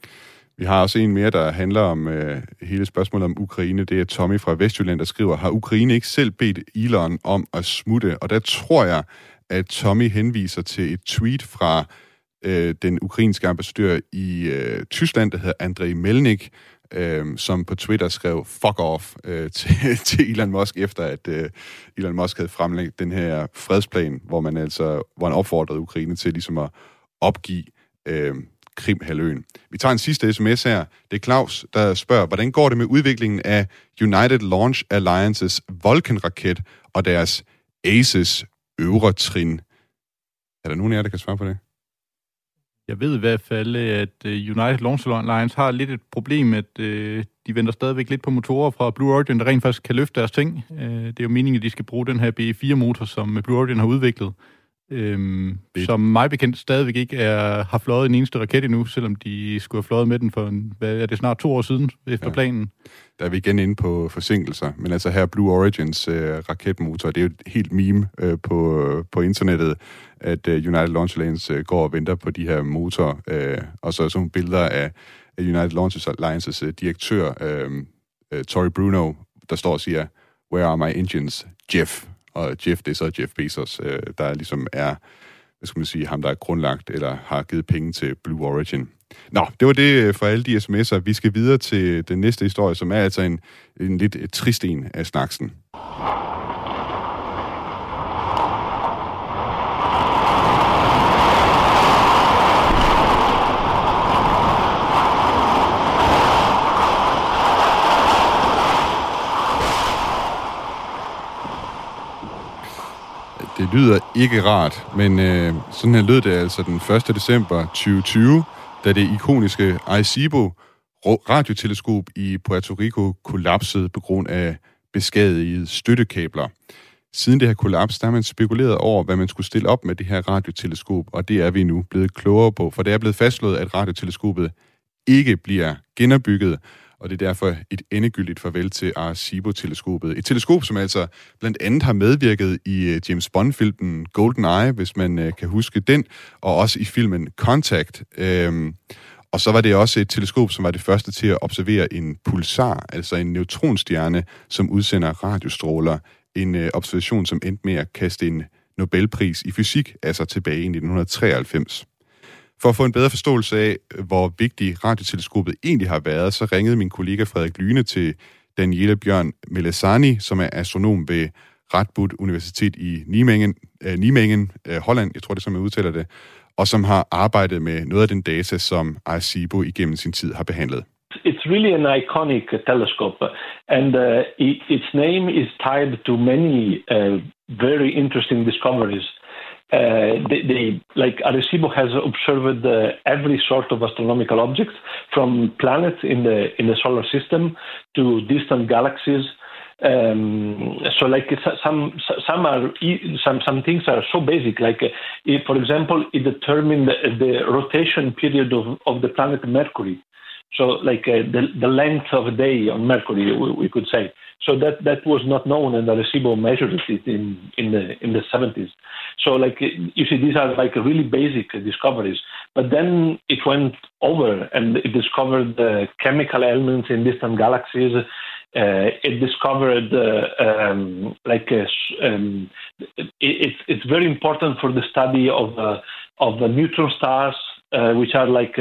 Vi har også en mere, der handler om hele spørgsmålet om Ukraine. Det er Tommy fra Vestjylland, der skriver, har Ukraine ikke selv bedt Elon om at smutte? Og der tror jeg, at Tommy henviser til et tweet fra den ukrainske ambassadør i Tyskland, der hedder Andrei Melnik, som på Twitter skrev fuck off til Elon Musk, efter at Elon Musk havde fremlagt den her fredsplan, hvor han opfordrede Ukraine til ligesom at opgive Krimhalvøen. Vi tager en sidste sms her. Det er Claus, der spørger, hvordan går det med udviklingen af United Launch Alliances Vulcan-raket og deres ACES øvre trin? Er der nogen af jer, der kan svare på det? Jeg ved i hvert fald, at United Launch Alliance har lidt et problem, at de venter stadigvæk lidt på motorer fra Blue Origin, der rent faktisk kan løfte deres ting. Det er jo meningen, at de skal bruge den her BE4-motor, som Blue Origin har udviklet. som mig bekendt stadigvæk ikke har fløjet en eneste raket endnu, selvom de skulle have fløjet med den for snart 2 år siden efter planen. Der er vi igen inde på forsinkelser, men altså her Blue Origins raketmotor, det er jo et helt meme på internettet, at United Launch Alliance går og venter på de her motorer, og så sådan billeder af United Launch Alliances direktør, Tory Bruno, der står og siger, "Where are my engines, Jeff?" Og Jeff, det er så Jeff Bezos, der ligesom er, hvad skal man sige, ham, der er grundlagt eller har givet penge til Blue Origin. Nå, det var det for alle de sms'er. Vi skal videre til den næste historie, som er altså en lidt trist en af slagsen. Det lyder ikke rart, men sådan her lød det altså den 1. december 2020, da det ikoniske Arecibo radioteleskop i Puerto Rico kollapsede på grund af beskadigede støttekabler. Siden det her kollaps, der har man spekuleret over, hvad man skulle stille op med det her radioteleskop, og det er vi nu blevet klogere på, for det er blevet fastslået, at radioteleskopet ikke bliver genopbygget, og det er derfor et endegyldigt farvel til Arecibo-teleskopet. Et teleskop, som altså blandt andet har medvirket i James Bond-filmen GoldenEye, hvis man kan huske den, og også i filmen Contact. Og så var det også et teleskop, som var det første til at observere en pulsar, altså en neutronstjerne, som udsender radiostråler. En observation, som endte med at kaste en Nobelpris i fysik, altså tilbage i 1993. For at få en bedre forståelse af, hvor vigtig radioteleskopet egentlig har været, så ringede min kollega Frederik Lyne til Daniele Bjørn Melesani, som er astronom ved Radboud Universitet i Nijmegen, Holland, jeg tror det som jeg udtaler det, og som har arbejdet med noget af den data, som Arecibo igennem sin tid har behandlet. It's really an iconic telescope, and its name is tied to many very interesting discoveries. Like Arecibo has observed every sort of astronomical objects, from planets in the solar system to distant galaxies. So like some things are so basic, like for example, it determined the rotation period of the planet Mercury. So like the length of a day on Mercury, we could say. So that was not known, and Arecibo measured it in the 70s. So like you see, these are like really basic discoveries. But then it went over, and it discovered chemical elements in distant galaxies. It discovered it's very important for the study of the neutron stars, which are like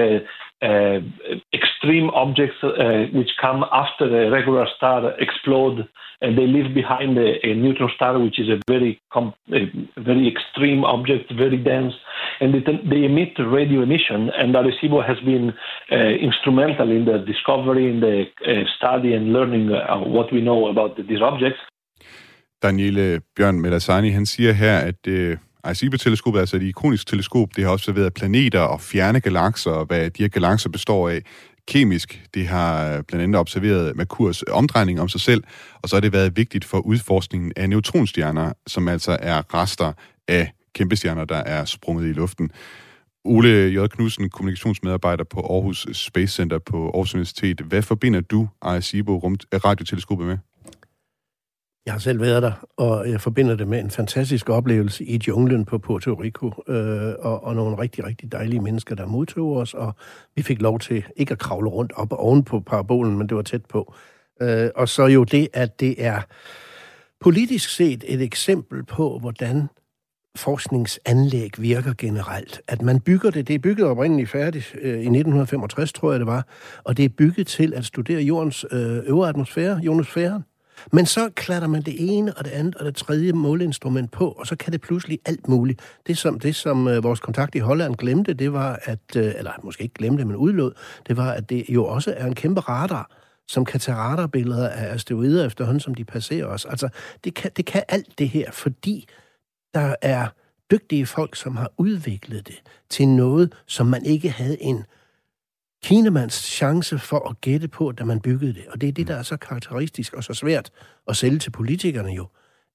extreme objects which come after a regular star explode, and they leave behind a neutron star, which is a very extreme object, very dense, and they emit radio emission. And Arecibo has been instrumental in the discovery, in the study and learning what we know about these objects. Daniele Bjørn Melesani, han siger her, at Arecibo-teleskopet, altså et ikonisk teleskop, det har observeret planeter og fjerne galakser, og hvad de her galakser består af kemisk. Det har blandt andet observeret Merkurs omdrejning om sig selv, og så har det været vigtigt for udforskningen af neutronstjerner, som altså er rester af kæmpestjerner, der er sprunget i luften. Ole J. Knudsen, kommunikationsmedarbejder på Aarhus Space Center på Aarhus Universitet. Hvad forbinder du Arecibo-radioteleskopet med? Jeg har selv været der, og jeg forbinder det med en fantastisk oplevelse i junglen på Puerto Rico, og nogle rigtig, rigtig dejlige mennesker, der modtog os, og vi fik lov til ikke at kravle rundt op og oven på parabolen, men det var tæt på. Og så jo det, at det er politisk set et eksempel på, hvordan forskningsanlæg virker generelt. At man bygger det er bygget oprindeligt færdigt i 1965, tror jeg det var, og det er bygget til at studere jordens øvre atmosfære, ionosfæren. Men så klatter man det ene og det andet og det tredje måleinstrument på, og så kan det pludselig alt muligt. Det som vores kontakt i Holland glemte, det var at, eller måske ikke glemte, men udlod, det var, at det jo også er en kæmpe radar, som kan tage radarbilleder af asteroider efterhånden, som de passerer os. Altså, det kan alt det her, fordi der er dygtige folk, som har udviklet det til noget, som man ikke havde en kinemands chance for at gætte på, da man byggede det. Og det er det, der er så karakteristisk og så svært at sælge til politikerne jo,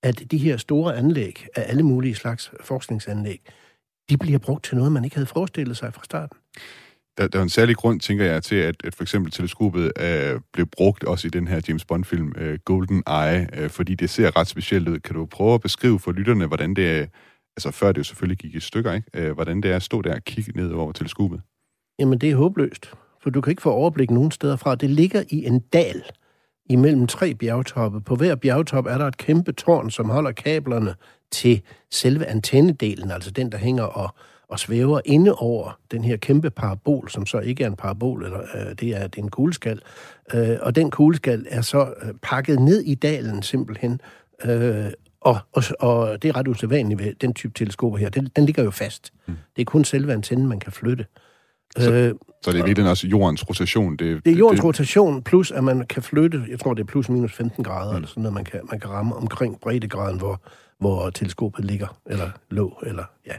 at de her store anlæg, af alle mulige slags forskningsanlæg, de bliver brugt til noget, man ikke havde forestillet sig fra starten. Der er en særlig grund, tænker jeg, til, at for eksempel teleskopet blev brugt også i den her James Bond-film Golden Eye, fordi det ser ret specielt ud. Kan du prøve at beskrive for lytterne, hvordan det er, altså før det jo selvfølgelig gik i stykker, ikke? Hvordan det er at stå der og kigge ned over teleskopet? Jamen, det er håbløst, for du kan ikke få overblik nogen steder fra. Det ligger i en dal imellem 3 bjergtoppe. På hver bjergtop er der et kæmpe tårn, som holder kablerne til selve antennedelen, altså den, der hænger og svæver inde over den her kæmpe parabol, som så ikke er en parabol, eller det er en kugleskal. Og den kugleskal er så pakket ned i dalen simpelthen, og det er ret usædvanligt ved den type teleskoper her. Den ligger jo fast. Det er kun selve antennen, man kan flytte. Så det er virkelig også jordens rotation? Det er jordens rotation, plus at man kan flytte, jeg tror det er plus minus 15 grader, eller sådan noget, man kan ramme omkring breddegraden, hvor teleskopet ligger, eller lå, eller ja.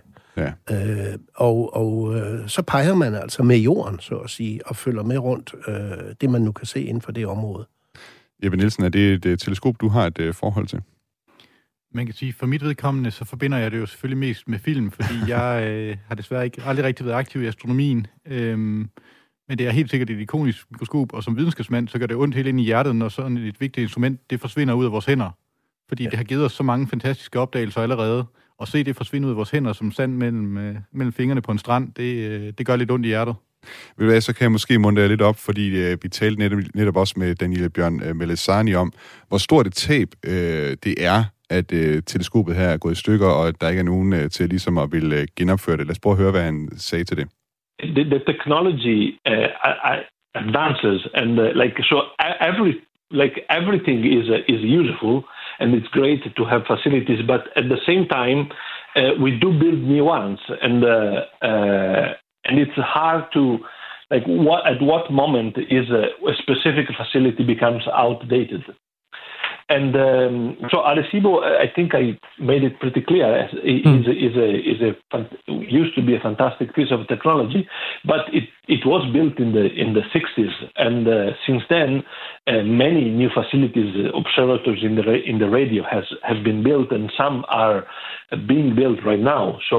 Og så peger man altså med jorden, så at sige, og følger med rundt det, man nu kan se inden for det område. Jeppe Nielsen, er det et teleskop, du har et forhold til? Man kan sige, for mit vedkommende, så forbinder jeg det jo selvfølgelig mest med film, fordi jeg har desværre aldrig rigtig været aktiv i astronomien. Men det er helt sikkert et ikonisk mikroskop, og som videnskabsmand, så gør det ondt helt ind i hjertet, når sådan et vigtigt instrument, det forsvinder ud af vores hænder. Fordi det har givet os så mange fantastiske opdagelser allerede. Og se det forsvinde ud af vores hænder som sand mellem fingrene på en strand, det gør lidt ondt i hjertet. Ved du hvad, så kan jeg måske munde lidt op, fordi vi talte netop også med Daniele Bjørn Malesani om, hvor stort et tab det er, at teleskopet her er gået i stykker, og at der ikke er nogen til ligesom at ville genopføre det. Lad os prøve at høre, hvad han sagde til det. The technology advances, and everything is useful, and it's great to have facilities, but at the same time, we do build new ones, and it's hard to at what moment is a specific facility becomes outdated. And so Arecibo, I think I made it pretty clear, used to be a fantastic piece of technology, but it was built in the 60s, and since then many new facilities, observatories in the radio have been built, and some are being built right now. So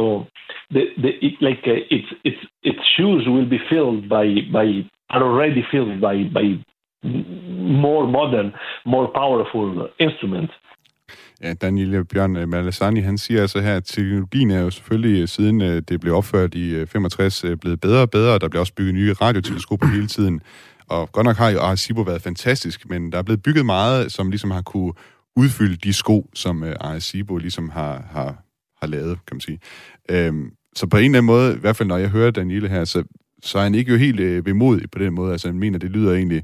its shoes will be filled are already filled by more modern, more powerful instruments. Ja, Daniele Bjørn Malesani, han siger altså her, at teknologien er jo selvfølgelig, siden det blev opført i 65, blevet bedre og bedre, og der bliver også bygget nye radioteleskoper hele tiden. Og godt nok har jo Arecibo været fantastisk, men der er blevet bygget meget, som ligesom har kunne udfylde de sko, som Arecibo ligesom har lavet, kan man sige. Så på en eller anden måde, i hvert fald når jeg hører Daniele her, så er han ikke jo helt vemodig på den måde. Altså han mener, det lyder egentlig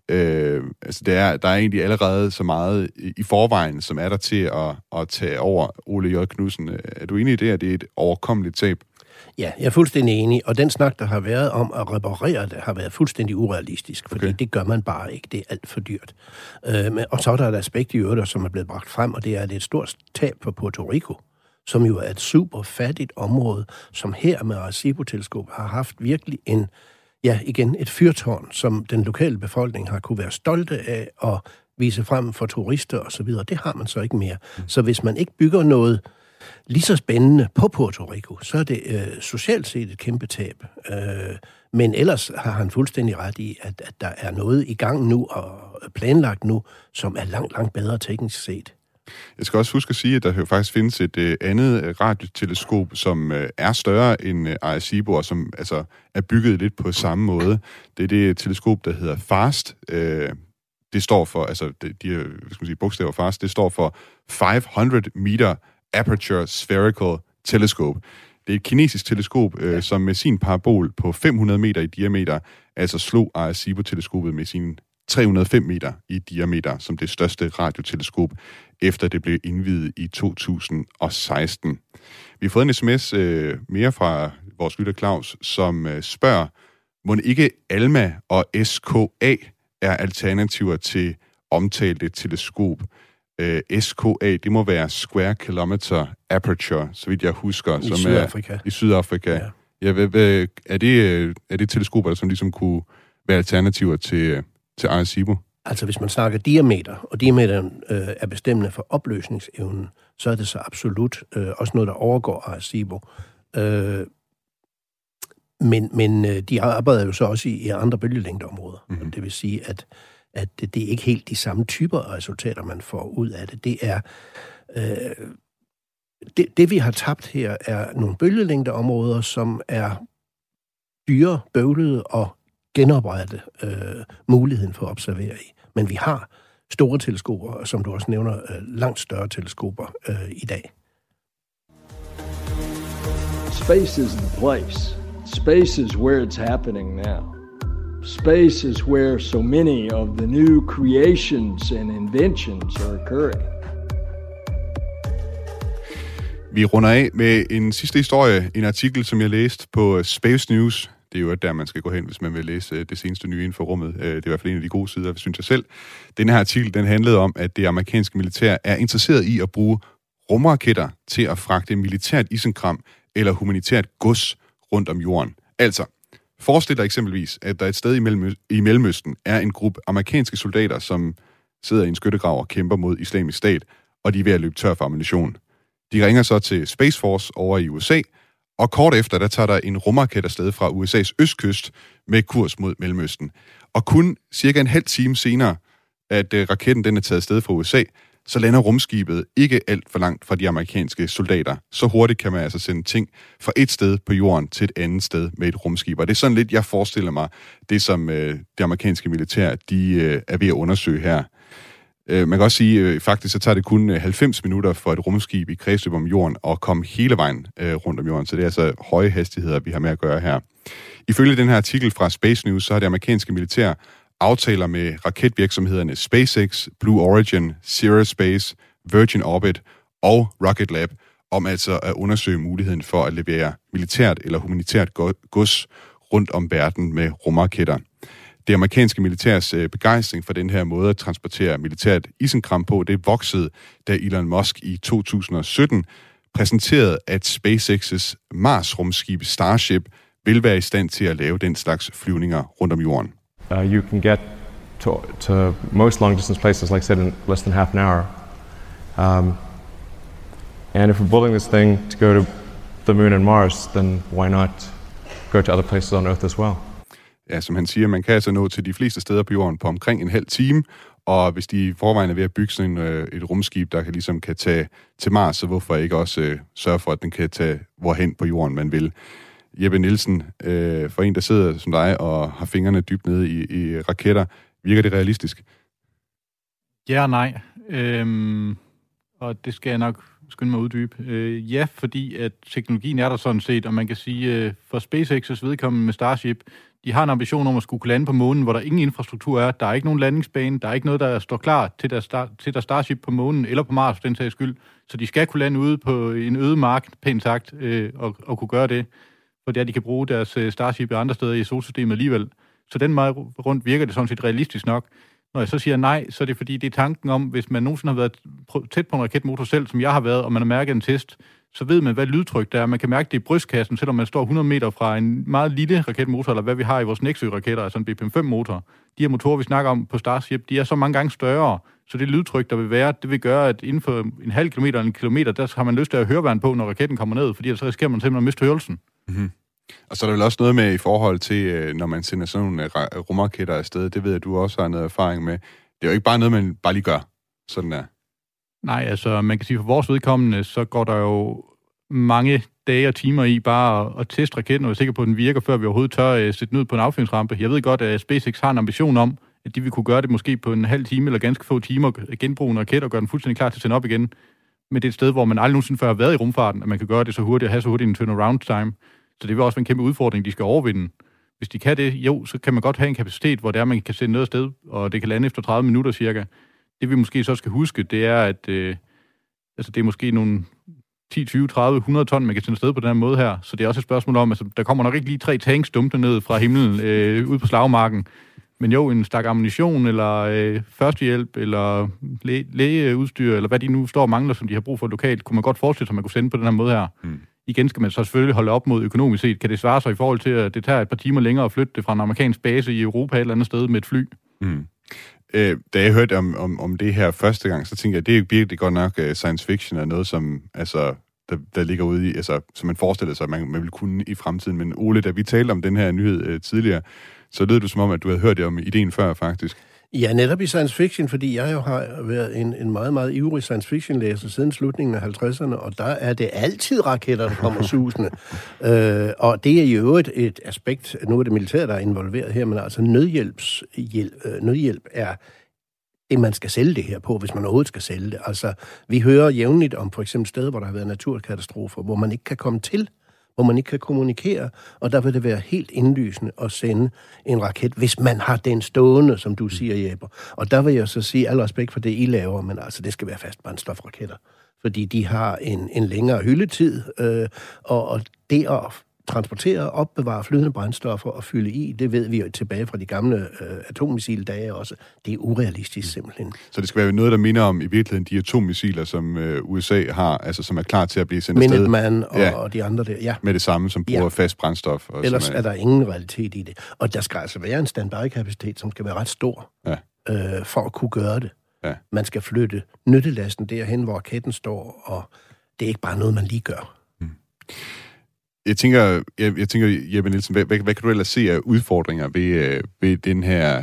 der er egentlig allerede så meget i forvejen, som er der til at tage over. Ole J. Knudsen, er du enig i det, at det er et overkommeligt tab? Ja, jeg er fuldstændig enig, og den snak, der har været om at reparere det, har været fuldstændig urealistisk, fordi det gør man bare ikke. Det er alt for dyrt. Og så er der et aspekt i øvrigt, som er blevet bragt frem, og det er, at det er et stort tab for Puerto Rico, som jo er et super fattigt område, som her med Arecibo-teleskop har haft virkelig et fyrtårn, som den lokale befolkning har kunne være stolte af at vise frem for turister og så videre. Det har man så ikke mere. Så hvis man ikke bygger noget lige så spændende på Puerto Rico, så er det socialt set et kæmpe tab. Men ellers har han fuldstændig ret i, at der er noget i gang nu og planlagt nu, som er langt, langt bedre teknisk set. Jeg skal også huske at sige, at der faktisk findes et andet radioteleskop, som er større end Arecibo, og som altså er bygget lidt på samme måde. Det er det teleskop, der hedder FAST. Det står for, altså bogstaver FAST, det står for 500 Meter Aperture Spherical Telescope. Det er et kinesisk teleskop, som med sin parabol på 500 meter i diameter, altså slog Arecibo-teleskopet med sine 305 meter i diameter som det største radioteleskop, efter det blev indviet i 2016. Vi har fået en sms mere fra vores lytter Claus, som spørger, må ikke ALMA og SKA er alternativer til omtalte teleskop? SKA, det må være Square Kilometer Aperture, så vidt jeg husker. I Sydafrika. I Sydafrika. Ja. Er det teleskoper, som ligesom kunne være alternativer til Arecibo? Altså hvis man snakker diameter, og diameteren er bestemmende for opløsningsevnen, så er det så absolut også noget, der overgår Arecibo. Men de arbejder jo så også i andre bølgelængdeområder. Mm-hmm. Det vil sige, at det er ikke helt de samme typer af resultater, man får ud af det. Det er... Det vi har tabt her, er nogle bølgelængdeområder, som er dyre, bøvlede og genoprette muligheden for at observere i. Men vi har store teleskoper, og som du også nævner, langt større teleskoper i dag. Space isn't the place. Space is where it's happening now. Space is where so many of the new creations and inventions are occurring. Vi runder af med en sidste historie, en artikel, som jeg læste på Space News. Det er jo der, man skal gå hen, hvis man vil læse det seneste nye inden for rummet. Det er i hvert fald en af de gode sider, synes jeg selv. Den her artikel, den handlede om, at det amerikanske militær er interesseret i at bruge rumraketter til at fragte militært isenkram eller humanitært gods rundt om jorden. Altså, forestil dig eksempelvis, at der et sted i Mellemøsten er en gruppe amerikanske soldater, som sidder i en skyttegrav og kæmper mod Islamisk Stat, og de er ved at løbe tør for ammunition. De ringer så til Space Force over i USA, og kort efter, der tager der en rumraket afsted fra USA's østkyst med kurs mod Mellemøsten. Og kun cirka en halv time senere, at raketten den er taget afsted fra USA, så lander rumskibet ikke alt for langt fra de amerikanske soldater. Så hurtigt kan man altså sende ting fra et sted på jorden til et andet sted med et rumskib. Og det er sådan lidt, jeg forestiller mig, det som det amerikanske militær, de er ved at undersøge her. Man kan også sige, faktisk så tager det kun 90 minutter for et rumskib i kredsløb om jorden at komme hele vejen rundt om jorden. Så det er altså høje hastigheder, vi har med at gøre her. Ifølge den her artikel fra Space News, så har det amerikanske militær aftaler med raketvirksomhederne SpaceX, Blue Origin, Cirrus Space, Virgin Orbit og Rocket Lab om altså at undersøge muligheden for at levere militært eller humanitært gods rundt om verden med rumraketter. Det amerikanske militærs begejstring for den her måde at transportere militært isenkram på, det voksede, da Elon Musk i 2017 præsenterede, at SpaceX's Mars-rumskib Starship vil være i stand til at lave den slags flyvninger rundt om jorden. You can get to most long-distance places, like I said, in less than half an hour. And if we're building this thing to go to the moon and Mars, then why not go to other places on Earth as well? Ja, som han siger, man kan altså nå til de fleste steder på jorden på omkring en halv time, og hvis de i forvejen er ved at bygge sådan et rumskib, der kan tage til Mars, så hvorfor ikke også sørge for, at den kan tage hvorhen på jorden, man vil. Jeppe Nielsen, for en, der sidder som dig og har fingrene dybt nede i raketter, virker det realistisk? Ja og nej. Og det skal jeg nok skynde mig at uddybe. Ja, fordi at teknologien er der sådan set, og man kan sige, for SpaceX's vedkommende med Starship, de har en ambition om at skulle kunne lande på månen, hvor der ingen infrastruktur er. Der er ikke nogen landingsbane, der er ikke noget, der står klar til der Starship på månen, eller på Mars for den sags skyld. Så de skal kunne lande ude på en øde mark, pænt sagt, og kunne gøre det. For det er, de kan bruge deres Starship andre steder i solsystemet alligevel. Så den måde rundt virker det sådan set realistisk nok. Når jeg så siger nej, så er det fordi, det er tanken om, hvis man nogensinde har været tæt på en raketmotor selv, som jeg har været, og man har mærket en test, så ved man, hvad lydtryk der er. Man kan mærke det i brystkassen, selvom man står 100 meter fra en meget lille raketmotor, eller hvad vi har i vores Nexø-raketter, altså en BPM-5-motor. De her motorer, vi snakker om på Starship, de er så mange gange større, så det lydtryk, der vil være, det vil gøre, at inden for en halv kilometer eller en kilometer, der har man lyst til at høre høreværn på, når raketten kommer ned, fordi så risikerer man simpelthen at miste hørelsen. Mm-hmm. Og så er der vel også noget med i forhold til, når man sender sådan nogle rumraketter afsted, det ved jeg, du også har noget erfaring med. Det er jo ikke bare noget, man bare lige gør. Sådan der. Nej, altså man kan sige, for vores vedkommende, så går der jo mange dage og timer i bare at teste raketten, og være sikker på, at den virker, før vi overhovedet tør at sætte den ud på en affyringsrampe. Jeg ved godt, at SpaceX har en ambition om, at de vil kunne gøre det måske på en halv time eller ganske få timer, genbruge en raket og gøre den fuldstændig klar til at sende op igen. Men det er et sted, hvor man aldrig nogensinde før har været i rumfarten, at man kan gøre det så hurtigt og have så hurtigt en turnaround time. Så det vil også være en kæmpe udfordring, de skal overvinde. Hvis de kan det, jo, så kan man godt have en kapacitet, hvor det er, man kan sende noget afsted, og det kan lande efter 30 minutter cirka. Det vi måske så skal huske, det er, at det er måske nogle 10, 20, 30, 100 ton, man kan sende afsted på den her måde her. Så det er også et spørgsmål om, altså der kommer nok ikke lige 3 tanks dumpende ned fra himlen ud på slagmarken. Men jo, en stak ammunition, eller førstehjælp, eller lægeudstyr, eller hvad de nu står og mangler, som de har brug for lokalt, kunne man godt forestille sig, at man kunne sende på den her måde her. Mm. Igen skal man så selvfølgelig holde op mod økonomisk set. Kan det svare sig i forhold til, at det tager et par timer længere at flytte det fra en amerikansk base i Europa et eller andet sted med et fly? Mm. Da jeg hørte om det her første gang, så tænkte jeg, at det er virkelig godt nok science fiction og noget, som der ligger ude i, altså, som man forestiller sig, at man vil kunne i fremtiden. Men Ole, da vi talte om den her nyhed tidligere, så lød du som om, at du havde hørt om ideen før, faktisk. Ja, netop i science fiction, fordi jeg jo har været en meget, meget ivrig science fiction-læser siden slutningen af 50'erne, og der er det altid raketter, der kommer susende. Og det er i øvrigt et aspekt, nu er det militæret, der er involveret her, men altså nødhjælp er det, man skal sælge det her på, hvis man overhovedet skal sælge det. Altså, vi hører jævnligt om for eksempel steder, hvor der har været naturkatastrofer, hvor man ikke kan komme til, hvor man ikke kan kommunikere, og der vil det være helt indlysende at sende en raket, hvis man har den stående, som du siger, Jeppe. Og der vil jeg så sige, al respekt for det, I laver, men altså, det skal være fastbrændstofraketter, fordi de har en længere hyldetid, og det at transportere, opbevare flydende brændstoffer og fylde i, det ved vi jo tilbage fra de gamle atommissildage også. Det er urealistisk simpelthen. Så det skal være noget, der minder om i virkeligheden de atommissiler, som USA har, altså som er klar til at blive sendt afsted. Minuteman og de andre der, ja. Med det samme, som bruger fast brændstof. Og ellers er der ingen realitet i det. Og der skal altså være en standby-kapacitet, som skal være ret stor, for at kunne gøre det. Ja. Man skal flytte nyttelasten derhen, hvor raketten står, og det er ikke bare noget, man lige gør. Jeg tænker, Jeppe Nielsen, hvad kan du ellers se af udfordringer ved den her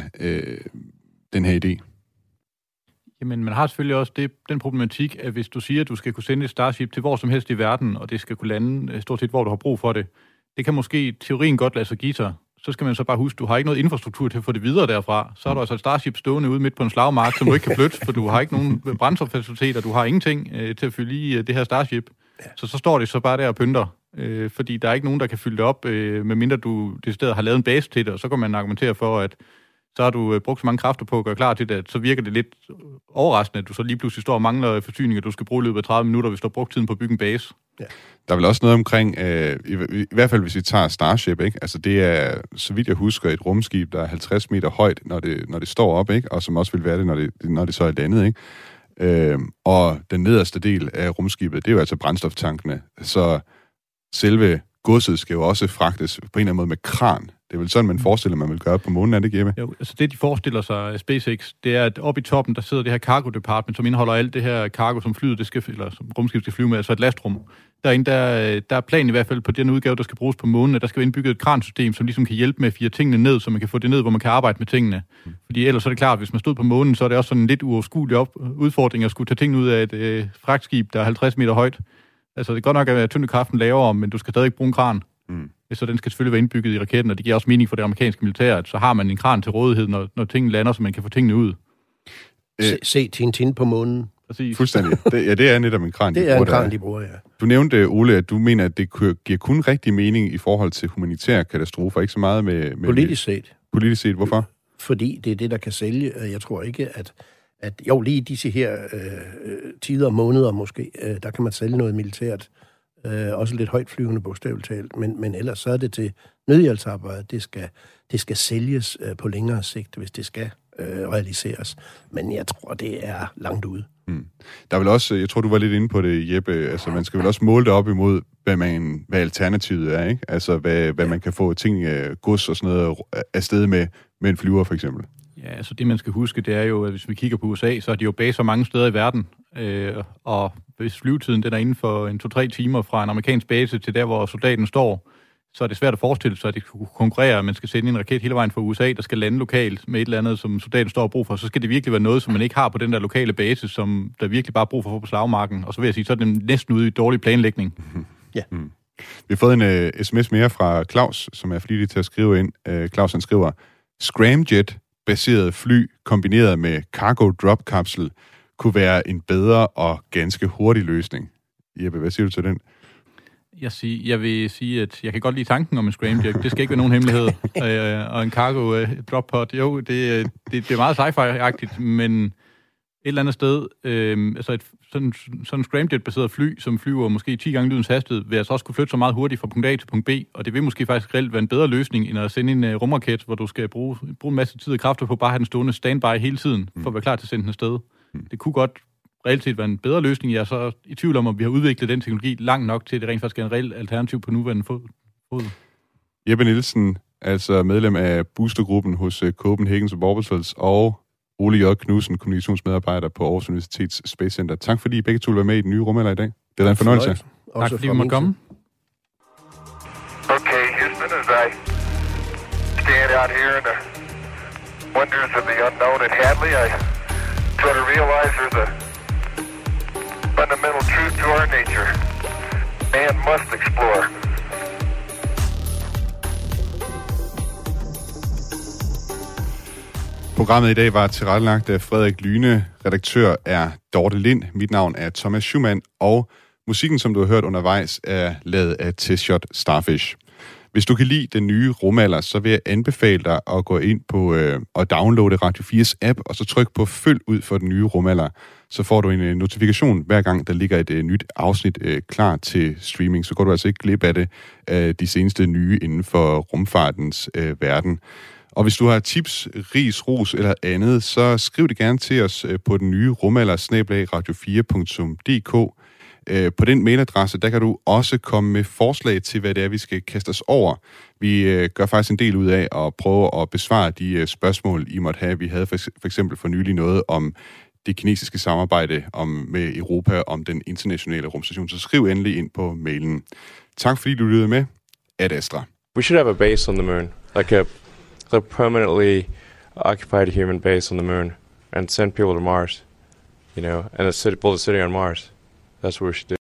idé? Jamen, man har selvfølgelig også den problematik, at hvis du siger, at du skal kunne sende et Starship til hvor som helst i verden, og det skal kunne lande stort set, hvor du har brug for det, det kan måske i teorien godt lade sig give sig. Så skal man så bare huske, du har ikke noget infrastruktur til at få det videre derfra. Så har du altså et Starship stående ude midt på en slagmark, som du ikke kan flytte, for du har ikke nogen brændstoffaciliteter, du har ingenting til at fylde i det her Starship. Så står det så bare der og pynter. Fordi der er ikke nogen, der kan fylde det op, medmindre du det sted har lavet en base til det, og så kan man argumentere for, at så har du brugt så mange kræfter på at gøre klar til det, at så virker det lidt overraskende, at du så lige pludselig står og mangler forsyninger, du skal bruge i løbet af 30 minutter, hvis du har brugt tiden på at bygge en base. Ja. Der er vel også noget omkring, i hvert fald hvis vi tager Starship, ikke? Altså det er, så vidt jeg husker, et rumskib, der er 50 meter højt, når det står op, ikke? Og som også vil være det, når det så er landet, ikke? Og den nederste del af rumskibet, det er jo altså brændstoftankene, så selve godset skal jo også fragtes på en eller anden måde med kran. Det er vel sådan, man forestiller, man vil gøre på månen, er det ikke, Jeppe? Jo, altså det, de forestiller sig SpaceX, det er, at oppe i toppen, der sidder det her cargo department, som indeholder alt det her cargo, som som rumskibet skal flyve med, altså et lastrum. Derinde, der er planen i hvert fald på den udgave, der skal bruges på månen, at der skal være indbygget et kransystem, som ligesom kan hjælpe med at fire tingene ned, så man kan få det ned, hvor man kan arbejde med tingene. Fordi ellers så er det klart, at hvis man stod på månen, så er det også sådan en lidt uoverskuelig udfordring at skulle tage tingene ud af et fragtskib, der er 50 meter højt. Altså, det er godt nok, at tyngdekraften lavere, men du skal stadig bruge en kran. Så den skal selvfølgelig være indbygget i raketten, og det giver også mening for det amerikanske militær, at så har man en kran til rådighed, når tingene lander, så man kan få tingene ud. Se Tintin på månen. Præcis. Fuldstændig. Det er netop en kran, det er en kran, de bruger, ja. Du nævnte, Ole, at du mener, at det giver kun rigtig mening i forhold til humanitære katastrofer, ikke så meget med politisk set. Politisk set, hvorfor? Fordi det er det, der kan sælge. Jeg tror ikke, at jo, lige i disse her tider og måneder måske, der kan man sælge noget militært. Også lidt højtflyvende bogstaveligt talt, men ellers så er det til nødhjælpsarbejde. Det skal sælges på længere sigt, hvis det skal realiseres. Men jeg tror, det er langt ude. Der er vel også, jeg tror, du var lidt inde på det, Jeppe, altså man skal vel også måle det op imod, hvad alternativet er, ikke? Altså hvad man kan få ting, gods og sådan noget afsted med en flyver, for eksempel. Ja, altså det man skal huske, det er jo, at hvis vi kigger på USA, så er de jo baser mange steder i verden, og hvis flyvetiden den er inden for 2-3 timer fra en amerikansk base til der, hvor soldaten står, så er det svært at forestille sig, at det kunne konkurrere, at man skal sende en raket hele vejen fra USA, der skal lande lokalt med et eller andet, som soldaten står og brug for. Så skal det virkelig være noget, som man ikke har på den der lokale base, som der virkelig bare er brug for på slagmarken. Og så vil jeg sige, så er det næsten ude i dårlig planlægning. Ja. Vi har fået en sms mere fra Claus, som er flittig til at skrive ind. Claus han skriver, Scramjet-baseret fly kombineret med cargo drop kapsel kunne være en bedre og ganske hurtig løsning. Jeppe, hvad siger du til den? Jeg vil sige, at jeg kan godt lide tanken om en scramjet. Det skal ikke være nogen hemmelighed. Og en cargo drop pod, jo, det er meget sci-fi-agtigt, men et eller andet sted, altså sådan en scramjet-baseret fly, som flyver måske 10 gange lydens hastighed, vil altså også kunne flytte så meget hurtigt fra punkt A til punkt B, og det vil måske faktisk reelt være en bedre løsning, end at sende en rumraket, hvor du skal bruge en masse tid og kræfter på bare at have den stående standby hele tiden, for at være klar til at sende den afsted. Det kunne godt reelt set være en bedre løsning. Jeg er så i tvivl om vi har udviklet den teknologi langt nok til, at det rent faktisk er en reelt alternativ på nuværende fod. Jeppe Nielsen, altså medlem af boostergruppen hos Copenhagen Suborbitals og Ole J. Knudsen, kommunikationsmedarbejder på Aarhus Universitets Space Center. Tak fordi I begge to vil være med i den nye rumalder i dag. Det er en fornøjelse. Tak fordi vi må komme. Okay, Houston, as I stand out here in the wonders of the unknown at Hadley, I try to realize there's a fundamental truth to our nature. Man must explore. Programmet i dag var tilrettelagt af Frederik Lyne. Redaktør er Dorte Lind. Mit navn er Thomas Schumann, og musikken, som du har hørt undervejs, er lavet af T-Shot Starfish. Hvis du kan lide den nye rumalder, så vil jeg anbefale dig at gå ind på og downloade Radio 4's app, og så tryk på følg ud for den nye rumalder. Så får du en notifikation hver gang, der ligger et nyt afsnit klar til streaming. Så går du altså ikke glip af det, de seneste nye inden for rumfartens verden. Og hvis du har tips, ris, ros eller andet, så skriv det gerne til os på den nye rumalder @radio4.dk. På den mailadresse, der kan du også komme med forslag til, hvad det er, vi skal kaste os over. Vi gør faktisk en del ud af at prøve at besvare de spørgsmål, I måtte have. Vi havde for eksempel for nylig noget om det kinesiske samarbejde med Europa om den internationale rumstation. Så skriv endelig ind på mailen. Tak fordi du lyttede med. Ad Astra. We should have a base on the moon, like a permanently occupied human base on the moon, and send people to Mars, and build a city on Mars. That's what we should do.